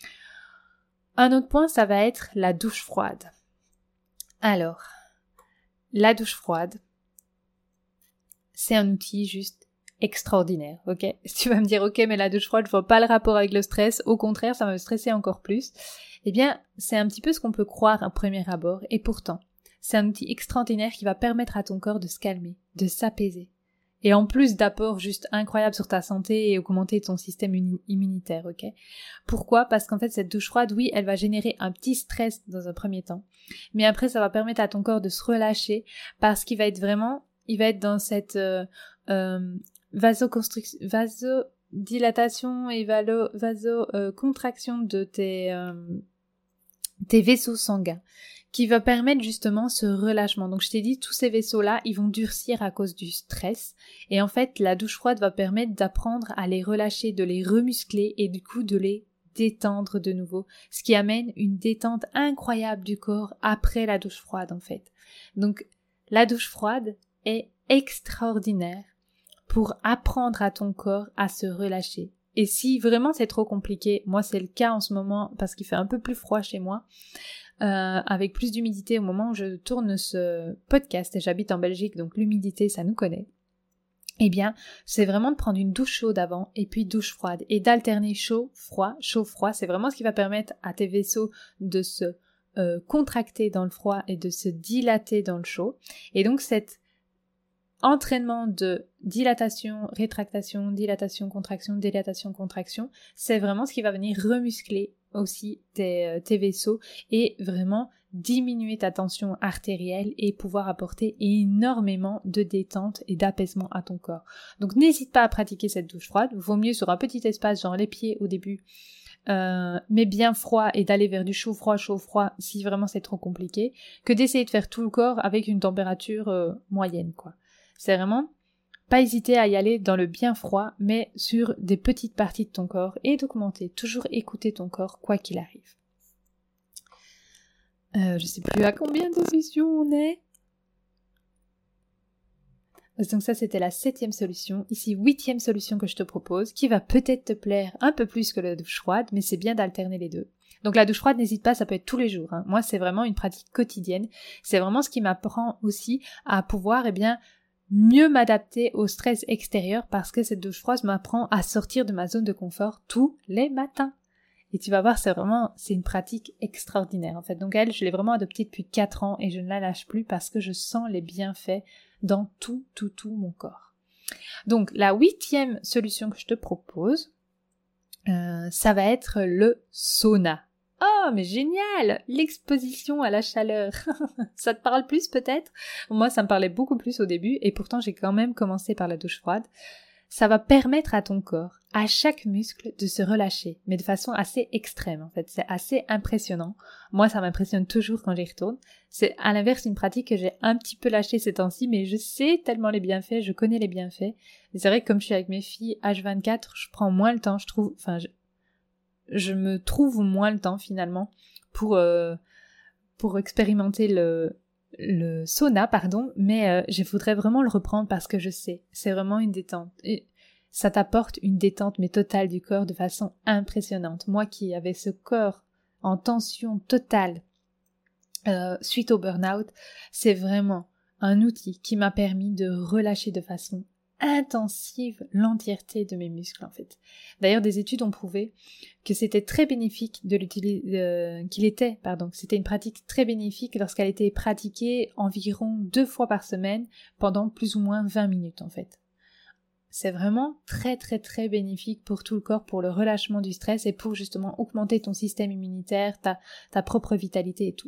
Un autre point, ça va être la douche froide. Alors, la douche froide, c'est un outil juste extraordinaire, ok? Si tu vas me dire, ok, mais la douche froide, je vois pas le rapport avec le stress, au contraire, ça va me stresser encore plus. Eh bien, c'est un petit peu ce qu'on peut croire à premier abord, et pourtant, c'est un outil extraordinaire qui va permettre à ton corps de se calmer, de s'apaiser. Et en plus d'apports juste incroyables sur ta santé et augmenter ton système immunitaire, ok? Pourquoi? Parce qu'en fait, cette douche froide, oui, elle va générer un petit stress dans un premier temps, mais après, ça va permettre à ton corps de se relâcher parce qu'il va être vraiment, il va être dans cette euh, euh, vasoconstriction, vasodilatation et valo, vasocontraction euh, de tes, euh, tes vaisseaux sanguins, qui va permettre justement ce relâchement. Donc je t'ai dit, tous ces vaisseaux-là, ils vont durcir à cause du stress. Et en fait, la douche froide va permettre d'apprendre à les relâcher, de les remuscler et du coup de les détendre de nouveau. Ce qui amène une détente incroyable du corps après la douche froide en fait. Donc la douche froide est extraordinaire pour apprendre à ton corps à se relâcher. Et si vraiment c'est trop compliqué, moi c'est le cas en ce moment parce qu'il fait un peu plus froid chez moi, Euh, avec plus d'humidité au moment où je tourne ce podcast, et j'habite en Belgique, donc l'humidité, ça nous connaît. Eh bien, c'est vraiment de prendre une douche chaude avant, et puis douche froide, et d'alterner chaud, froid, chaud, froid. C'est vraiment ce qui va permettre à tes vaisseaux de se euh, contracter dans le froid et de se dilater dans le chaud. Et donc, cet entraînement de dilatation, rétractation, dilatation, contraction, dilatation, contraction, c'est vraiment ce qui va venir remuscler aussi tes, tes vaisseaux et vraiment diminuer ta tension artérielle et pouvoir apporter énormément de détente et d'apaisement à ton corps. Donc n'hésite pas à pratiquer cette douche froide, vaut mieux sur un petit espace, genre les pieds au début, euh, mais bien froid et d'aller vers du chaud froid, chaud froid si vraiment c'est trop compliqué, que d'essayer de faire tout le corps avec une température euh, moyenne, quoi. C'est vraiment pas hésiter à y aller dans le bien froid, mais sur des petites parties de ton corps et d'augmenter, toujours écouter ton corps quoi qu'il arrive. Euh, je sais plus à combien de solutions on est. Donc ça c'était la septième solution. Ici huitième solution que je te propose, qui va peut-être te plaire un peu plus que la douche froide, mais c'est bien d'alterner les deux. Donc la douche froide, n'hésite pas, ça peut être tous les jours. Hein. Moi c'est vraiment une pratique quotidienne. C'est vraiment ce qui m'apprend aussi à pouvoir, eh bien, mieux m'adapter au stress extérieur parce que cette douche froide m'apprend à sortir de ma zone de confort tous les matins. Et tu vas voir, c'est vraiment, c'est une pratique extraordinaire en fait. Donc elle, je l'ai vraiment adoptée depuis quatre ans et je ne la lâche plus parce que je sens les bienfaits dans tout, tout, tout mon corps. Donc la huitième solution que je te propose, euh, ça va être le sauna. Oh, mais génial! L'exposition à la chaleur. Ça te parle plus peut-être? Moi, ça me parlait beaucoup plus au début et pourtant j'ai quand même commencé par la douche froide. Ça va permettre à ton corps, à chaque muscle, de se relâcher, mais de façon assez extrême en fait. C'est assez impressionnant. Moi, ça m'impressionne toujours quand j'y retourne. C'est à l'inverse une pratique que j'ai un petit peu lâchée ces temps-ci, mais je sais tellement les bienfaits, je connais les bienfaits. Et c'est vrai que comme je suis avec mes filles H vingt-quatre, je prends moins le temps, je trouve... Enfin, je... je me trouve moins le temps finalement pour euh, pour expérimenter le le sauna pardon mais euh, je voudrais vraiment le reprendre parce que je sais c'est vraiment une détente et ça t'apporte une détente mais totale du corps de façon impressionnante. Moi qui avais ce corps en tension totale euh, suite au burn-out, c'est vraiment un outil qui m'a permis de relâcher de façon intensive l'entièreté de mes muscles en fait. D'ailleurs, des études ont prouvé que c'était très bénéfique de l'utiliser, euh, qu'il était, pardon, que c'était une pratique très bénéfique lorsqu'elle était pratiquée environ deux fois par semaine pendant plus ou moins vingt minutes en fait. C'est vraiment très très très bénéfique pour tout le corps, pour le relâchement du stress et pour justement augmenter ton système immunitaire, ta, ta propre vitalité et tout.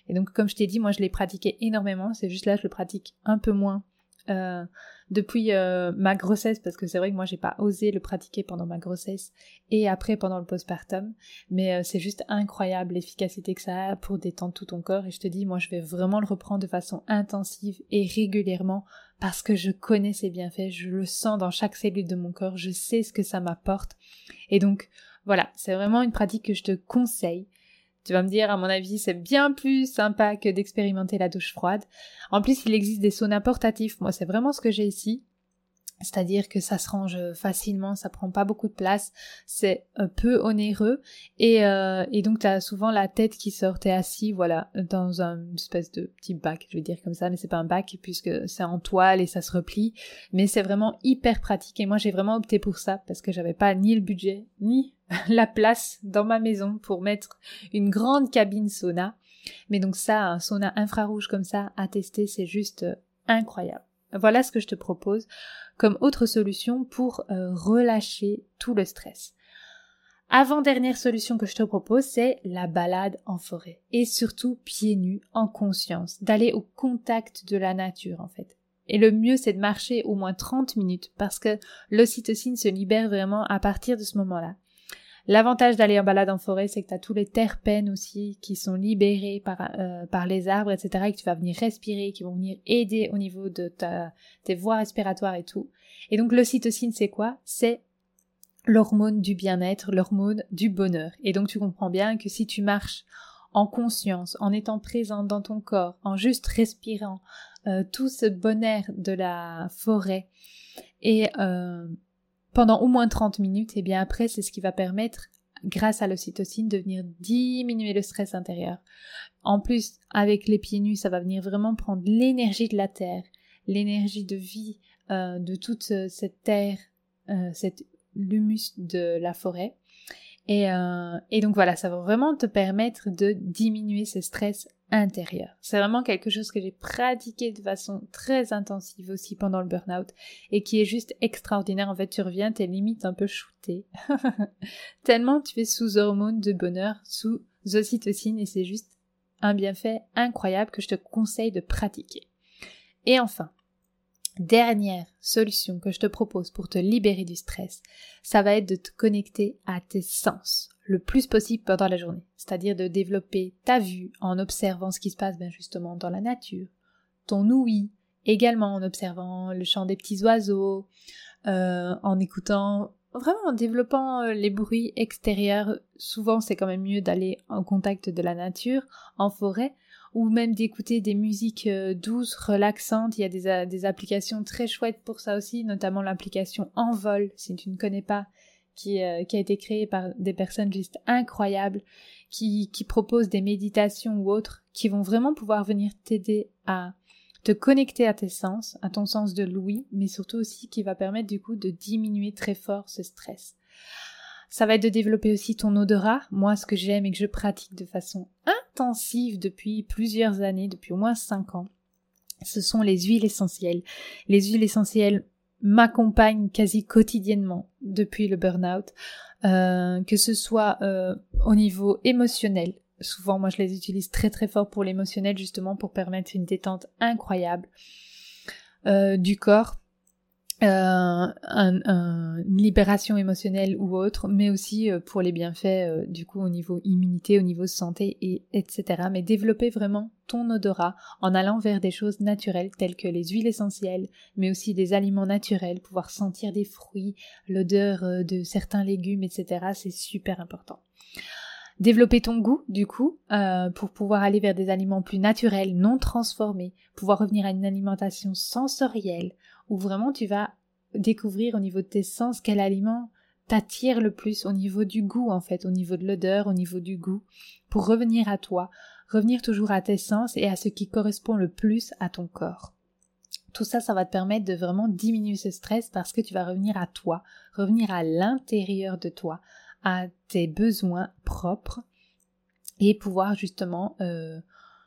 Et donc, comme je t'ai dit, moi, je l'ai pratiqué énormément. C'est juste là, je le pratique un peu moins euh, depuis euh, ma grossesse, parce que c'est vrai que moi, j'ai pas osé le pratiquer pendant ma grossesse et après pendant le postpartum. Mais euh, c'est juste incroyable l'efficacité que ça a pour détendre tout ton corps. Et je te dis, moi, je vais vraiment le reprendre de façon intensive et régulièrement parce que je connais ses bienfaits. Je le sens dans chaque cellule de mon corps. Je sais ce que ça m'apporte. Et donc, voilà, c'est vraiment une pratique que je te conseille. Tu vas me dire, à mon avis, c'est bien plus sympa que d'expérimenter la douche froide. En plus, il existe des saunas portatifs. Moi, c'est vraiment ce que j'ai ici. C'est-à-dire que ça se range facilement, ça prend pas beaucoup de place, c'est peu onéreux et, euh, et donc tu as souvent la tête qui sort, t'es assis, voilà, dans une espèce de petit bac, je vais dire comme ça, mais c'est pas un bac puisque c'est en toile et ça se replie, mais c'est vraiment hyper pratique et moi j'ai vraiment opté pour ça parce que j'avais pas ni le budget ni la place dans ma maison pour mettre une grande cabine sauna, mais donc ça, un sauna infrarouge comme ça à tester, c'est juste incroyable. Voilà ce que je te propose comme autre solution pour euh, relâcher tout le stress. Avant-dernière solution que je te propose, c'est la balade en forêt. Et surtout pieds nus, en conscience, d'aller au contact de la nature en fait. Et le mieux, c'est de marcher au moins trente minutes parce que l'ocytocine se libère vraiment à partir de ce moment-là. L'avantage d'aller en balade en forêt, c'est que tu as tous les terpènes aussi qui sont libérés par, euh, par les arbres, et cetera, et que tu vas venir respirer, qui vont venir aider au niveau de ta, tes voies respiratoires et tout. Et donc l'ocytocine, c'est quoi? C'est l'hormone du bien-être, l'hormone du bonheur. Et donc tu comprends bien que si tu marches en conscience, en étant présent dans ton corps, en juste respirant euh, tout ce bonheur de la forêt et... Euh, pendant au moins trente minutes, et bien après, c'est ce qui va permettre, grâce à l'ocytocine, de venir diminuer le stress intérieur. En plus, avec les pieds nus, ça va venir vraiment prendre l'énergie de la terre, l'énergie de vie euh, de toute cette terre, euh, cette l'humus de la forêt. Et, euh, et donc voilà, ça va vraiment te permettre de diminuer ce stress intérieur. C'est vraiment quelque chose que j'ai pratiqué de façon très intensive aussi pendant le burn-out et qui est juste extraordinaire. En fait, tu reviens, t'es limite un peu shooté. Tellement tu es sous hormones de bonheur, sous ocytocine et c'est juste un bienfait incroyable que je te conseille de pratiquer. Et enfin, dernière solution que je te propose pour te libérer du stress, ça va être de te connecter à tes sens le plus possible pendant la journée, c'est-à-dire de développer ta vue en observant ce qui se passe bien justement dans la nature, ton ouïe, également en observant le chant des petits oiseaux, euh, en écoutant, vraiment en développant les bruits extérieurs. Souvent c'est quand même mieux d'aller en contact de la nature, en forêt, ou même d'écouter des musiques douces, relaxantes. Il y a des, des applications très chouettes pour ça aussi, notamment l'application Envol, si tu ne connais pas, qui, euh, qui a été créée par des personnes juste incroyables, qui, qui proposent des méditations ou autres, qui vont vraiment pouvoir venir t'aider à te connecter à tes sens, à ton sens de l'ouïe, mais surtout aussi qui va permettre du coup de diminuer très fort ce stress. Ça va être de développer aussi ton odorat. Moi, ce que j'aime et que je pratique de façon intensive depuis plusieurs années, depuis au moins cinq ans, ce sont les huiles essentielles. Les huiles essentielles m'accompagnent quasi quotidiennement depuis le burn-out, euh, que ce soit euh, au niveau émotionnel. Souvent, moi, je les utilise très très fort pour l'émotionnel, justement pour permettre une détente incroyable euh, du corps. Euh, un, un, une libération émotionnelle ou autre, mais aussi euh, pour les bienfaits euh, du coup au niveau immunité, au niveau santé et etc. Mais développer vraiment ton odorat en allant vers des choses naturelles telles que les huiles essentielles, mais aussi des aliments naturels, pouvoir sentir des fruits, l'odeur euh, de certains légumes, et cetera. C'est super important. Développer ton goût, du coup, euh, pour pouvoir aller vers des aliments plus naturels, non transformés, pouvoir revenir à une alimentation sensorielle, où vraiment tu vas découvrir au niveau de tes sens quel aliment t'attire le plus au niveau du goût, en fait, au niveau de l'odeur, au niveau du goût, pour revenir à toi, revenir toujours à tes sens et à ce qui correspond le plus à ton corps. Tout ça, ça va te permettre de vraiment diminuer ce stress parce que tu vas revenir à toi, revenir à l'intérieur de toi, à tes besoins propres et pouvoir justement euh,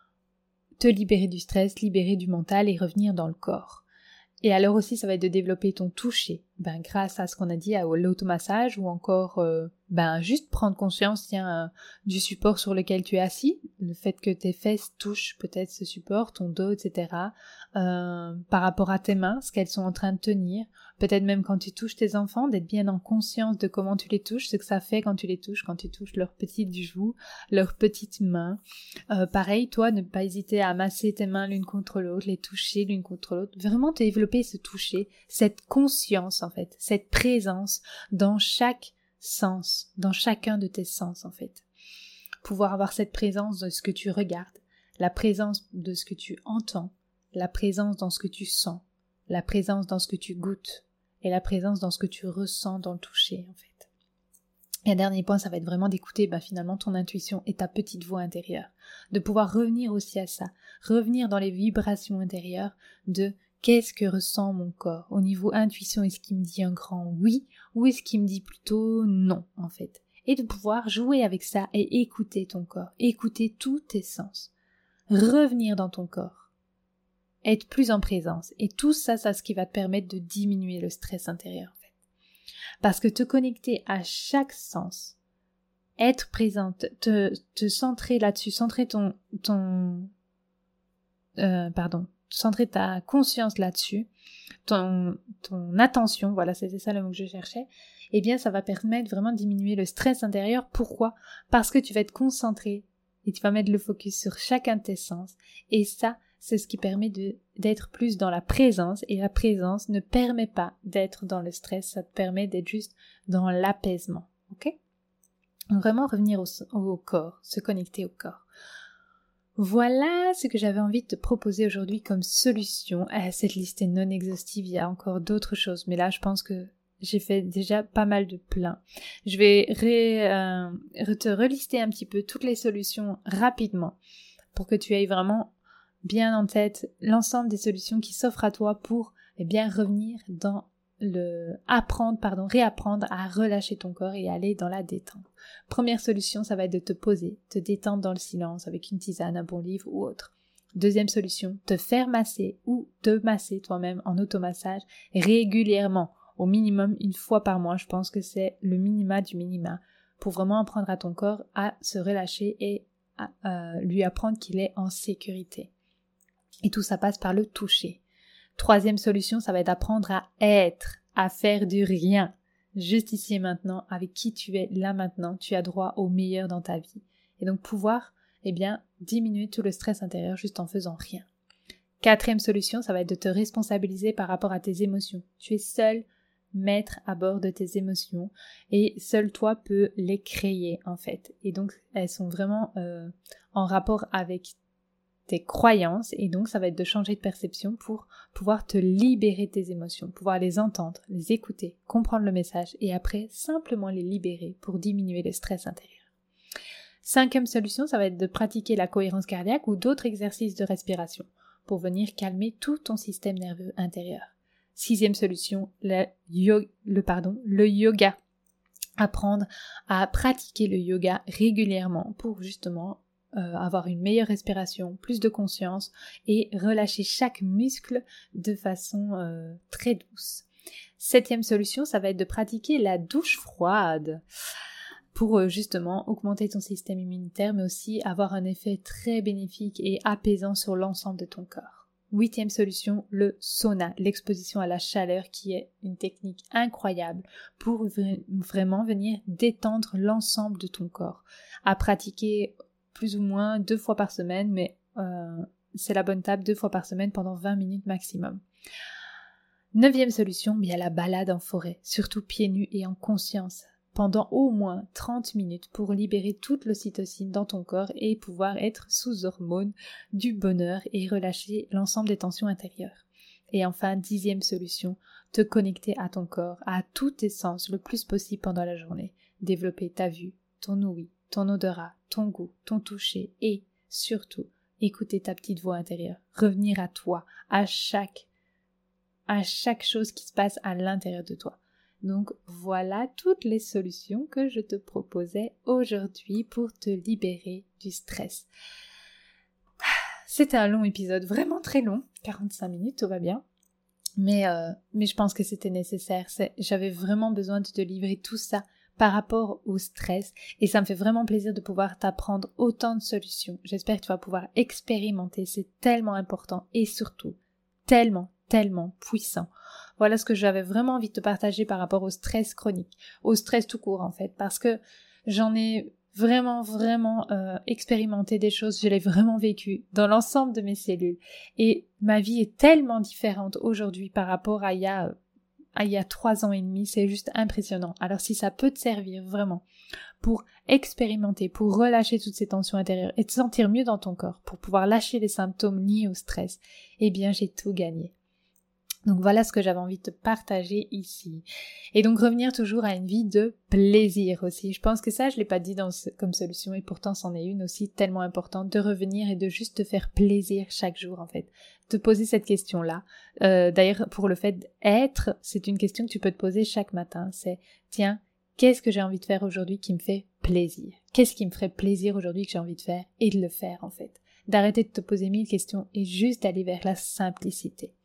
te libérer du stress, libérer du mental et revenir dans le corps. Et alors aussi, ça va être de développer ton toucher, ben, grâce à ce qu'on a dit, à l'automassage ou encore euh, ben juste prendre conscience tiens, euh, du support sur lequel tu es assis, le fait que tes fesses touchent peut-être ce support, ton dos, et cetera. Euh, par rapport à tes mains, ce qu'elles sont en train de tenir, peut-être même quand tu touches tes enfants, d'être bien en conscience de comment tu les touches, ce que ça fait quand tu les touches, quand tu touches leurs petites joues, leurs petites mains. Euh, pareil, toi, ne pas hésiter à masser tes mains l'une contre l'autre, les toucher l'une contre l'autre, vraiment développer ce toucher, cette conscience en fait, cette présence dans chaque sens, dans chacun de tes sens en fait. Pouvoir avoir cette présence de ce que tu regardes, la présence de ce que tu entends, la présence dans ce que tu sens, la présence dans ce que tu goûtes et la présence dans ce que tu ressens dans le toucher en fait. Et un dernier point, ça va être vraiment d'écouter ben, finalement ton intuition et ta petite voix intérieure, de pouvoir revenir aussi à ça, revenir dans les vibrations intérieures de qu'est-ce que ressent mon corps au niveau intuition, est-ce qu'il me dit un grand oui ou est-ce qu'il me dit plutôt non en fait, et de pouvoir jouer avec ça et écouter ton corps, écouter tous tes sens, revenir dans ton corps, être plus en présence. Et tout ça, c'est ce qui va te permettre de diminuer le stress intérieur, en fait. Parce que te connecter à chaque sens, être présente, te, te centrer là-dessus, centrer ton, ton, euh, pardon, centrer ta conscience là-dessus, ton, ton attention, voilà, c'était ça le mot que je cherchais, eh bien, ça va permettre vraiment de diminuer le stress intérieur. Pourquoi? Parce que tu vas être concentré et tu vas mettre le focus sur chacun de tes sens. Et ça, c'est ce qui permet de, d'être plus dans la présence, et la présence ne permet pas d'être dans le stress, ça te permet d'être juste dans l'apaisement, ok? Vraiment revenir au, au corps, se connecter au corps. Voilà ce que j'avais envie de te proposer aujourd'hui comme solution. Euh, cette liste est non exhaustive, il y a encore d'autres choses, mais là je pense que j'ai fait déjà pas mal de plein. Je vais ré, euh, te relister un petit peu toutes les solutions rapidement pour que tu aies vraiment bien en tête l'ensemble des solutions qui s'offrent à toi pour eh bien revenir dans le apprendre pardon réapprendre à relâcher ton corps et aller dans la détente. Première solution, ça va être de te poser, te détendre dans le silence avec une tisane, un bon livre ou autre. Deuxième solution, te faire masser ou te masser toi-même en automassage régulièrement, au minimum une fois par mois. Je pense que c'est le minima du minima pour vraiment apprendre à ton corps à se relâcher et à euh, lui apprendre qu'il est en sécurité. Et tout ça passe par le toucher. Troisième solution, ça va être d'apprendre à être, à faire du rien. Juste ici et maintenant, avec qui tu es là maintenant, tu as droit au meilleur dans ta vie. Et donc pouvoir, eh bien, diminuer tout le stress intérieur juste en faisant rien. Quatrième solution, ça va être de te responsabiliser par rapport à tes émotions. Tu es seul maître à bord de tes émotions et seul toi peux les créer en fait. Et donc, elles sont vraiment euh, en rapport avec tes croyances, et donc ça va être de changer de perception pour pouvoir te libérer de tes émotions, pouvoir les entendre, les écouter, comprendre le message et après simplement les libérer pour diminuer le stress intérieur. Cinquième solution, ça va être de pratiquer la cohérence cardiaque ou d'autres exercices de respiration pour venir calmer tout ton système nerveux intérieur. Sixième solution, le, yo- le, pardon, le yoga. Apprendre à pratiquer le yoga régulièrement pour justement Euh, avoir une meilleure respiration, plus de conscience et relâcher chaque muscle de façon euh, très douce. Septième solution, ça va être de pratiquer la douche froide pour euh, justement augmenter ton système immunitaire mais aussi avoir un effet très bénéfique et apaisant sur l'ensemble de ton corps. Huitième solution, le sauna, l'exposition à la chaleur qui est une technique incroyable pour v- vraiment venir détendre l'ensemble de ton corps. À pratiquer plus ou moins deux fois par semaine, mais euh, c'est la bonne table, deux fois par semaine pendant vingt minutes maximum. Neuvième solution, bien la balade en forêt, surtout pieds nus et en conscience, pendant au moins trente minutes pour libérer toute l'ocytocine dans ton corps et pouvoir être sous hormones du bonheur et relâcher l'ensemble des tensions intérieures. Et enfin, dixième solution, te connecter à ton corps, à tous tes sens le plus possible pendant la journée, développer ta vue, ton ouïe, ton odorat, ton goût, ton toucher et surtout écouter ta petite voix intérieure, revenir à toi, à chaque, à chaque chose qui se passe à l'intérieur de toi. Donc voilà toutes les solutions que je te proposais aujourd'hui pour te libérer du stress. C'était un long épisode, vraiment très long, quarante-cinq minutes, tout va bien. Mais, euh, mais je pense que c'était nécessaire. C'est, j'avais vraiment besoin de te livrer tout ça par rapport au stress et ça me fait vraiment plaisir de pouvoir t'apprendre autant de solutions. J'espère que tu vas pouvoir expérimenter, c'est tellement important et surtout tellement, tellement puissant. Voilà ce que j'avais vraiment envie de te partager par rapport au stress chronique, au stress tout court en fait, parce que j'en ai vraiment, vraiment euh, expérimenté des choses, je l'ai vraiment vécu dans l'ensemble de mes cellules et ma vie est tellement différente aujourd'hui par rapport à il y a... Euh, Ah, il y a trois ans et demi, c'est juste impressionnant. Alors si ça peut te servir vraiment pour expérimenter, pour relâcher toutes ces tensions intérieures et te sentir mieux dans ton corps, pour pouvoir lâcher les symptômes liés au stress, eh bien j'ai tout gagné. Donc voilà ce que j'avais envie de te partager ici. Et donc revenir toujours à une vie de plaisir aussi. Je pense que ça, je l'ai pas dit dans ce, comme solution et pourtant c'en est une aussi tellement importante de revenir et de juste te faire plaisir chaque jour en fait. Te poser cette question-là. Euh, d'ailleurs pour le fait d'être, c'est une question que tu peux te poser chaque matin. C'est tiens, qu'est-ce que j'ai envie de faire aujourd'hui qui me fait plaisir? Qu'est-ce qui me ferait plaisir aujourd'hui que j'ai envie de faire? Et de le faire en fait. D'arrêter de te poser mille questions et juste d'aller vers la simplicité.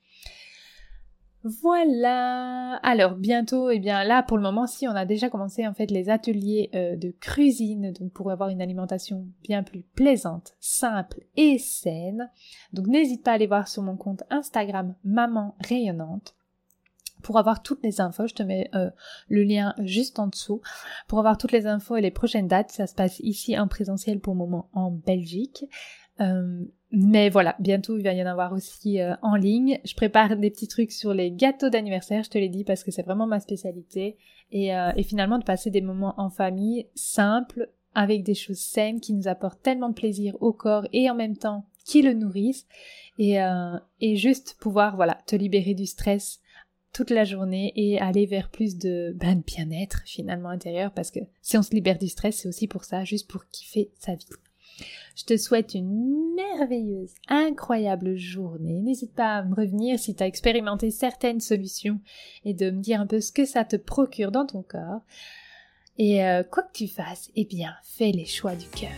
Voilà. Alors bientôt, eh bien là pour le moment, si on a déjà commencé en fait les ateliers euh, de cuisine, donc pour avoir une alimentation bien plus plaisante, simple et saine. Donc n'hésite pas à aller voir sur mon compte Instagram Maman Rayonnante pour avoir toutes les infos. Je te mets euh, le lien juste en dessous pour avoir toutes les infos et les prochaines dates. Ça se passe ici en présentiel pour le moment en Belgique. Euh, mais voilà, bientôt il va y en avoir aussi euh, en ligne. Je prépare des petits trucs sur les gâteaux d'anniversaire, je te l'ai dit, parce que c'est vraiment ma spécialité. Et, euh, et finalement de passer des moments en famille simples, avec des choses saines qui nous apportent tellement de plaisir au corps et en même temps qui le nourrissent. Et, euh, et juste pouvoir voilà te libérer du stress toute la journée et aller vers plus de, ben, de bien-être finalement intérieur, parce que si on se libère du stress, c'est aussi pour ça, juste pour kiffer sa vie. Je te souhaite une merveilleuse, incroyable journée. N'hésite pas à me revenir si tu as expérimenté certaines solutions et de me dire un peu ce que ça te procure dans ton corps. Et euh, quoi que tu fasses, eh bien, fais les choix du cœur.